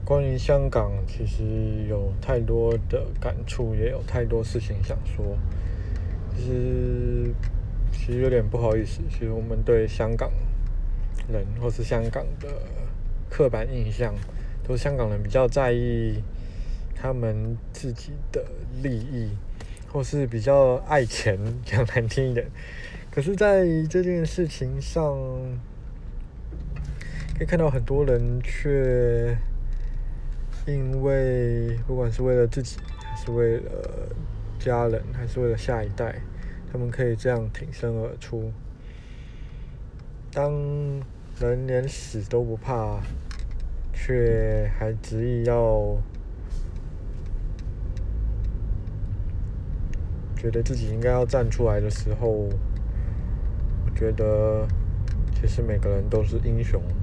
关于香港，其实有太多的感触，也有太多事情想说。其实有点不好意思，其实我们对香港人或是香港的刻板印象，都是香港人比较在意他们自己的利益，或是比较爱钱，讲难听一点。可是，在这件事情上，可以看到很多人却因为不管是为了自己，还是为了家人，还是为了下一代，他们可以这样挺身而出。当人连死都不怕，却还执意要觉得自己应该要站出来的时候，我觉得其实每个人都是英雄。